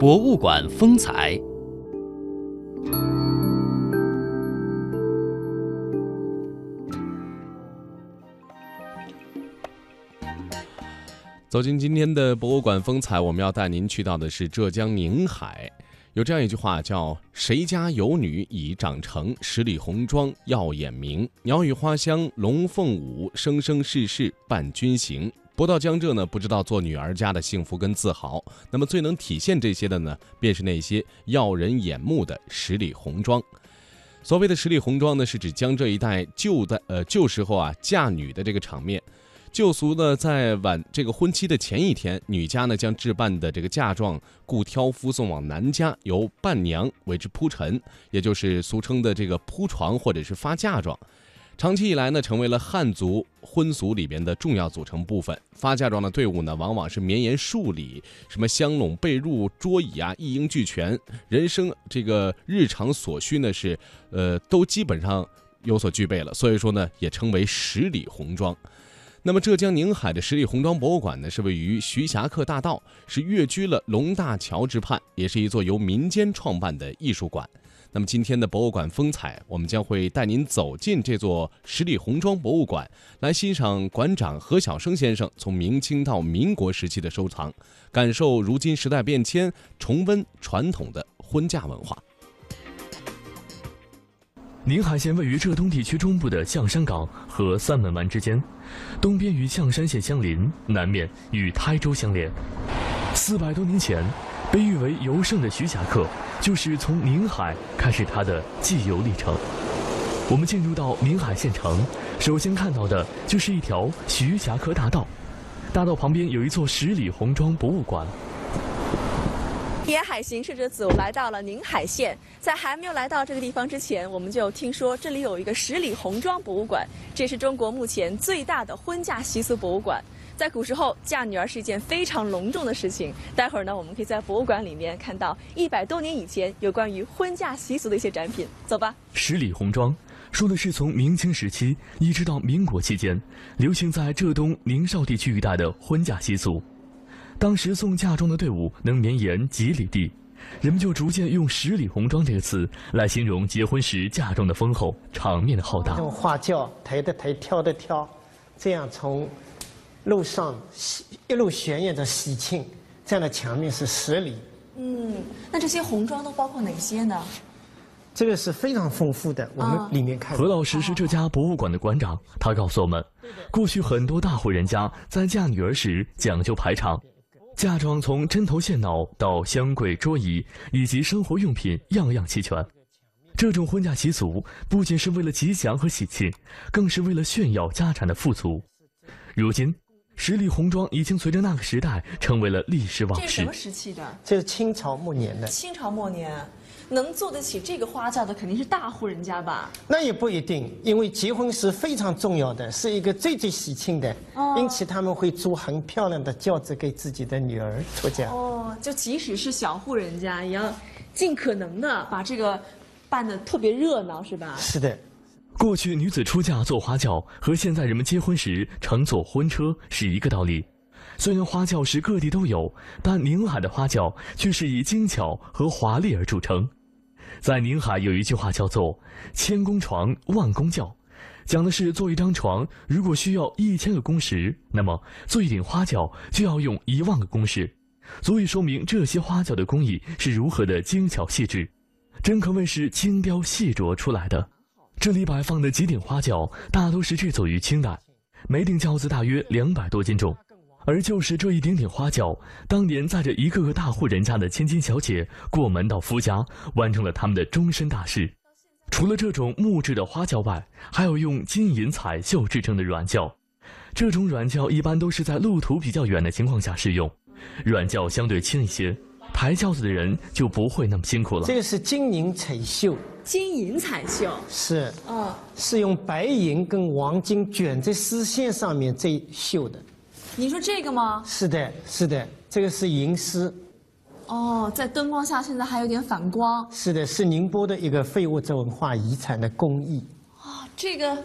博物馆风采。走进今天的博物馆风采，我们要带您去到的是浙江宁海。有这样一句话叫“谁家有女已长成，十里红妆耀眼明。鸟语花香龙凤舞，生生世世伴君行。”不到江浙呢，不知道做女儿家的幸福跟自豪。那么最能体现这些的呢，便是那些耀人眼目的十里红妆。所谓的十里红妆呢，是指江浙一带旧时候嫁女的这个场面。旧俗呢，在这个婚期的前一天，女家呢将置办的这个嫁妆故挑夫送往男家，由伴娘为之铺陈，也就是俗称的这个铺床或者是发嫁妆。长期以来呢，成为了汉族婚俗里边的重要组成部分。发嫁妆的队伍呢，往往是绵延数里，什么香笼、被褥、桌椅一应俱全。人生这个日常所需呢，是都基本上有所具备了，所以说呢，也称为十里红妆。那么浙江宁海的十里红妆博物馆呢，是位于徐霞客大道，是跃居了龙大桥之畔，也是一座由民间创办的艺术馆。那么今天的博物馆风采，我们将会带您走进这座十里红妆博物馆，来欣赏馆长何晓生先生从明清到民国时期的收藏，感受如今时代变迁，重温传统的婚嫁文化。 宁海县位于浙东地区中部的象山港和三门湾之间，东边与象山县相邻，南面与台州相连。400多年前，被誉为尤胜的徐霞客就是从宁海开始他的寄游历程。我们进入到宁海县城，首先看到的就是一条徐霞客大道，大道旁边有一座十里红妆博物馆。 沿海行驶者组来到了宁海县，在还没有来到这个地方之前，我们就听说这里有一个十里红妆博物馆，这是中国目前最大的婚嫁习俗博物馆。在古时候，嫁女儿是一件非常隆重的事情。待会儿呢，我们可以在博物馆里面看到100多年以前有关于婚嫁习俗的一些展品。走吧。 十里红妆说的是从明清时期一直到民国期间，流行在浙东宁绍地区一带的婚嫁习俗。当时送嫁妆的队伍能绵延几里地，人们就逐渐用十里红妆这个词来形容结婚时嫁妆的丰厚，场面的浩大。 用花轿抬的抬，挑的挑，这样从路上一路旋演着喜庆，这样的墙面是10里。 那这些红妆都包括哪些呢？ 这个是非常丰富的，我们里面看。 何老师是这家博物馆的馆长，他告诉我们，过去很多大户人家在嫁女儿时讲究排场。嫁妆从针头线脑到香柜桌椅以及生活用品样样齐全。这种婚嫁习俗不仅是为了吉祥和喜庆，更是为了炫耀家产的富足。如今十里红妆已经随着那个时代成为了历史往事。 这是什么时期的？ 这是清朝末年的。 清朝末年，能做得起这个花轿的肯定是大户人家吧？ 那也不一定，因为结婚是非常重要的，是一个最最喜庆的，因此他们会租很漂亮的轿子给自己的女儿出嫁。 就即使是小户人家，也要尽可能的把这个办得特别热闹，是吧？ 是的。 过去女子出嫁坐花轿和现在人们结婚时乘坐婚车是一个道理。虽然花轿是各地都有，但宁海的花轿却是以精巧和华丽而著称。在宁海有一句话叫做“千工床，万工轿”，讲的是做一张床如果需要1000个工时，那么做一顶花轿就要用1万个工时，足以说明这些花轿的工艺是如何的精巧细致，真可谓是精雕细琢出来的。这里摆放的几顶花轿大都是制作于清代，每顶轿子大约200多斤重。而就是这一顶顶花轿，当年载着一个个大户人家的千金小姐过门到夫家，完成了他们的终身大事。除了这种木质的花轿外，还有用金银彩绣制成的软轿。这种软轿一般都是在路途比较远的情况下使用，软轿相对轻一些，抬轿子的人就不会那么辛苦了。 这个是金银彩绣。 金银彩绣是，是用白银跟黄金卷在丝线上面这绣的。 你说这个吗？ 是的，是的，这个是银丝。 在灯光下现在还有点反光。 是的，是宁波的一个非物质文化遗产的工艺。 这个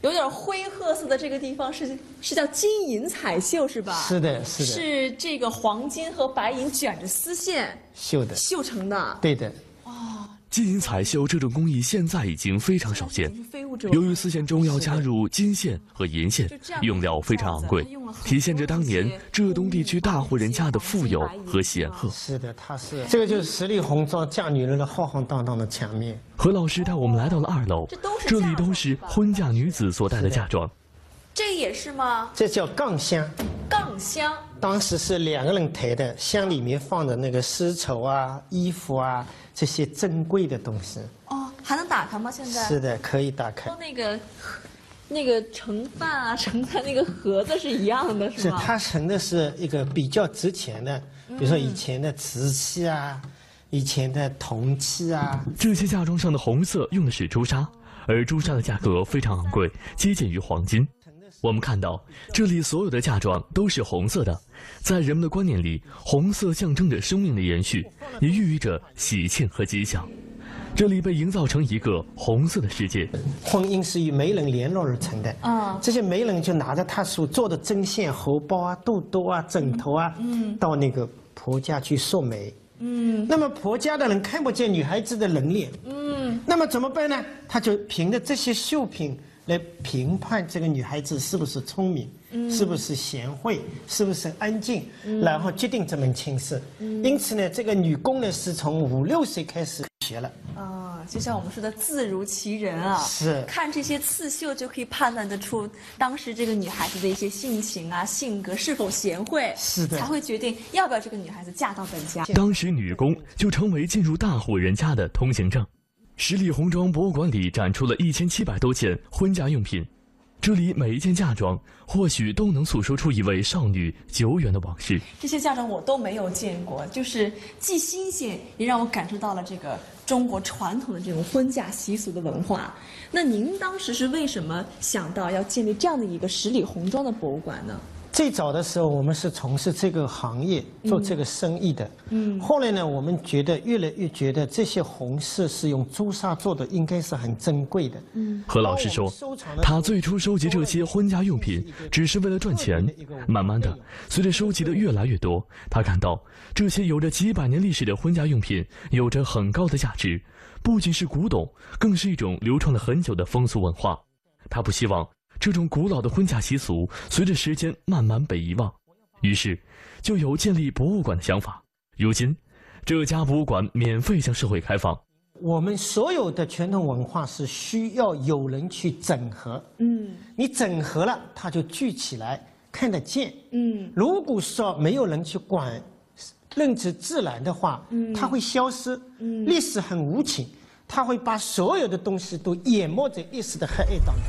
有点灰褐色的这个地方是叫金银彩绣是吧？ 是的，是的， 是这个黄金和白银卷着丝线绣成的。 对的。 金银彩绣这种工艺现在已经非常少见，由于丝线中要加入金线和银线，用料非常昂贵，体现着当年浙东地区大户人家的富有和显赫。 是的，这个就是十里红妆嫁女人的浩浩荡荡的场面。 何老师带我们来到了2楼，这里都是婚嫁女子所戴的嫁妆。 这也是吗？ 这叫杠香。 杠香， 当时是2个人抬的，香里面放的那个丝绸啊、衣服啊，这些珍贵的东西。 哦，还能打开吗？现在？ 是的，可以打开。 那个盛饭啊，盛在那个盒子是一样的，是吗？ 是，它盛的是一个比较值钱的，比如说以前的瓷器啊，以前的铜器啊。 这些嫁妆上的红色用的是朱砂，而朱砂的价格非常昂贵，接近于黄金。我们看到这里所有的嫁妆都是红色的，在人们的观念里，红色象征着生命的延续，也寓意着喜庆和吉祥。这里被营造成一个红色的世界。 婚姻是以媒人联络而成的，这些媒人就拿着他所做的针线、荷包啊、肚兜啊、枕头啊，到那个婆家去送媒。那么婆家的人看不见女孩子的人脸，那么怎么办呢？他就凭着这些绣品来评判这个女孩子是不是聪明，是不是贤惠，是不是安静，然后决定这门亲事。因此呢，这个女工呢是从5、6岁开始学了。 就像我们说的自如其人啊， 是看这些刺绣就可以判断得出当时这个女孩子的一些性情啊、性格是否贤惠， 是的， 才会决定要不要这个女孩子嫁到本家。 当时女工就成为进入大户人家的通行证。十里红妆博物馆里展出了1700多件婚嫁用品，这里每一件嫁妆或许都能诉说出一位少女久远的往事。 这些嫁妆我都没有见过，就是既新鲜，也让我感受到了这个中国传统的这种婚嫁习俗的文化。那您当时是为什么想到要建立这样的一个十里红妆的博物馆呢？ 最早的时候，我们是从事这个行业，做这个生意的。后来呢，我们越来越觉得这些红饰是用朱砂做的，应该是很珍贵的。 何老师说，他最初收集这些婚嫁用品只是为了赚钱，慢慢的，随着收集的越来越多，他感到这些有着几百年历史的婚嫁用品有着很高的价值，不仅是古董，更是一种流传了很久的风俗文化。他不希望这种古老的婚嫁习俗随着时间慢慢被遗忘，于是就有建立博物馆的想法。如今，这家博物馆免费向社会开放。 我们所有的传统文化是需要有人去整合，你整合了，它就聚起来，看得见。如果说没有人去管，任之自然的话，它会消失。历史很无情，它会把所有的东西都淹没在历史的黑暗当中。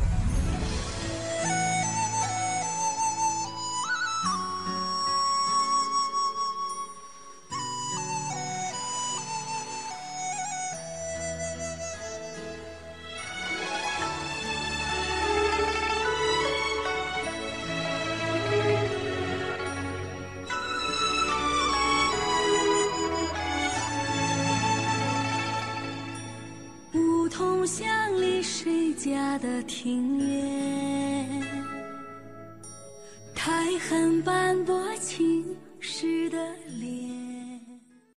乡里谁家的庭院，苔痕斑驳